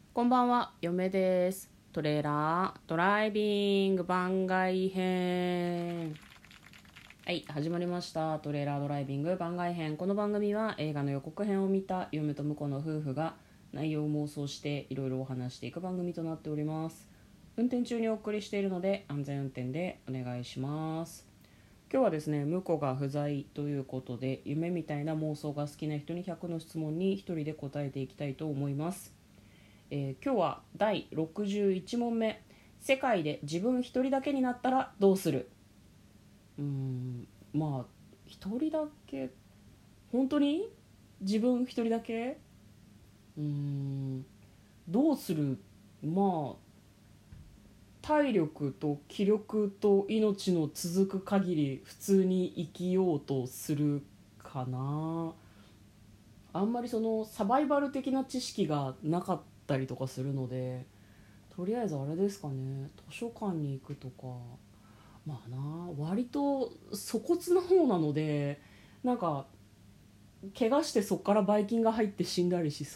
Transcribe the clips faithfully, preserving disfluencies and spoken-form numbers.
こんばんは、嫁です。トレーラードライビング番外編。はい、始まりました。トレーラードライビング番外編。この番組は映画の予告編を見た嫁と婿の夫婦が内容を妄想していろいろお話していく番組となっております。運転中にお送りしているので安全運転でお願いします。今日はですね、婿が不在ということで、夢みたいな妄想が好きな人にひゃくの質問にひとりで答えていきたいと思います。えー今日はだいろくじゅういち問目。世界で自分一人だけになったらどうする？うーんまあ一人だけ、本当に自分一人だけ、うーんどうする？まあ体力と気力と命の続く限り普通に生きようとするかな。あんまりそのサバイバル的な知識がなかったりとかするので、とりあえずあれですかね、図書館に行くとか。まあな、割と粗骨な方なので、なんか怪我してそっからばい菌が入って死んだりし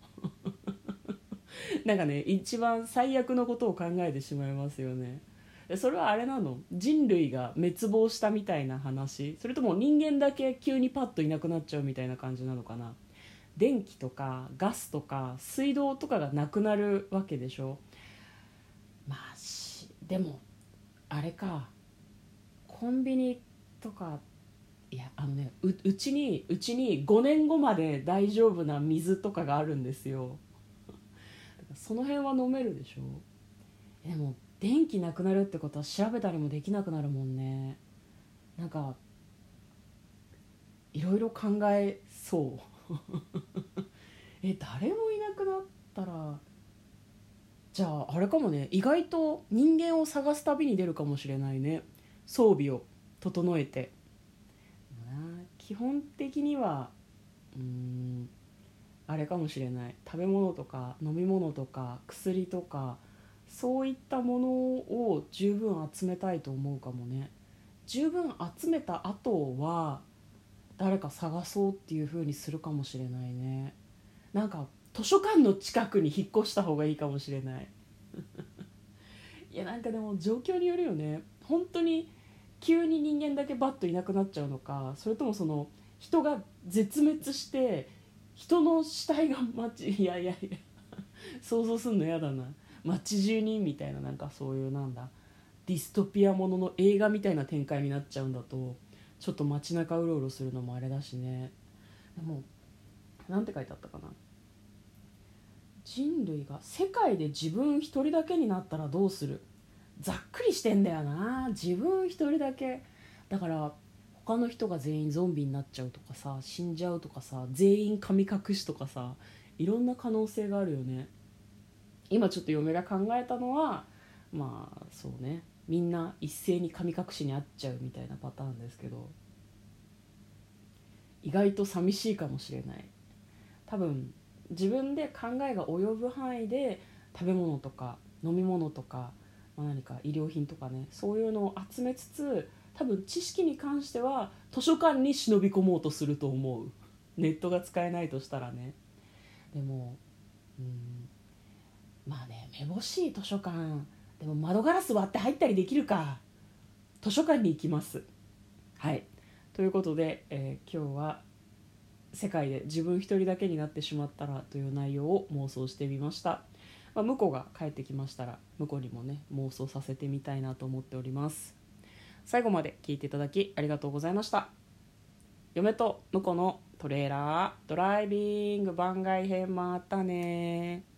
そうなんかね、一番最悪のことを考えてしまいますよね。それはあれなの？人類が滅亡したみたいな話？それとも人間だけ急にパッといなくなっちゃうみたいな感じなのかな？電気とかガスとか水道とかがなくなるわけでしょ。まあしでもあれか、コンビニとか、いやあのね、ううちにうちにごねんごまで大丈夫な水とかがあるんですよ。だからその辺は飲めるでしょ。でも電気なくなるってことは調べたりもできなくなるもんね。なんかいろいろ考えそうえ誰もいなくなったら、じゃああれかもね、意外と人間を探す旅に出るかもしれないね。装備を整えて。基本的にはうーんあれかもしれない、食べ物とか飲み物とか薬とか、そういったものを十分集めたいと思うかもね。十分集めた後は誰か探そうっていう風にするかもしれないね。なんか図書館の近くに引っ越した方がいいかもしれない。いやなんかでも状況によるよね。本当に急に人間だけバッといなくなっちゃうのか、それともその人が絶滅して人の死体が街、いやいやいや想像すんのやだな。街中にみたいな、なんかそういうなんだ、ディストピアものの映画みたいな展開になっちゃうんだと、ちょっと街中うろうろするのもあれだしね。でもなんて書いてあったかな、人類が世界で自分一人だけになったらどうする？ざっくりしてんだよな、自分一人だけ。だから他の人が全員ゾンビになっちゃうとかさ、死んじゃうとかさ、全員神隠しとかさ、いろんな可能性があるよね。今ちょっと嫁が考えたのは、まあそうね、みんな一斉に神隠しにあっちゃうみたいなパターンですけど、意外と寂しいかもしれない。多分自分で考えが及ぶ範囲で食べ物とか飲み物とか、まあ、何か医療品とかね、そういうのを集めつつ、多分知識に関しては図書館に忍び込もうとすると思う。ネットが使えないとしたらね。でもうんまあね、めぼしい図書館でも窓ガラス割って入ったりできるか。図書館に行きます。はい、ということで、えー今日は世界で自分一人だけになってしまったらという内容を妄想してみました。まあ、向こうが帰ってきましたら向こうにもね妄想させてみたいなと思っております。最後まで聞いていただきありがとうございました。嫁と婿のトレーラードライビング番外編、またね。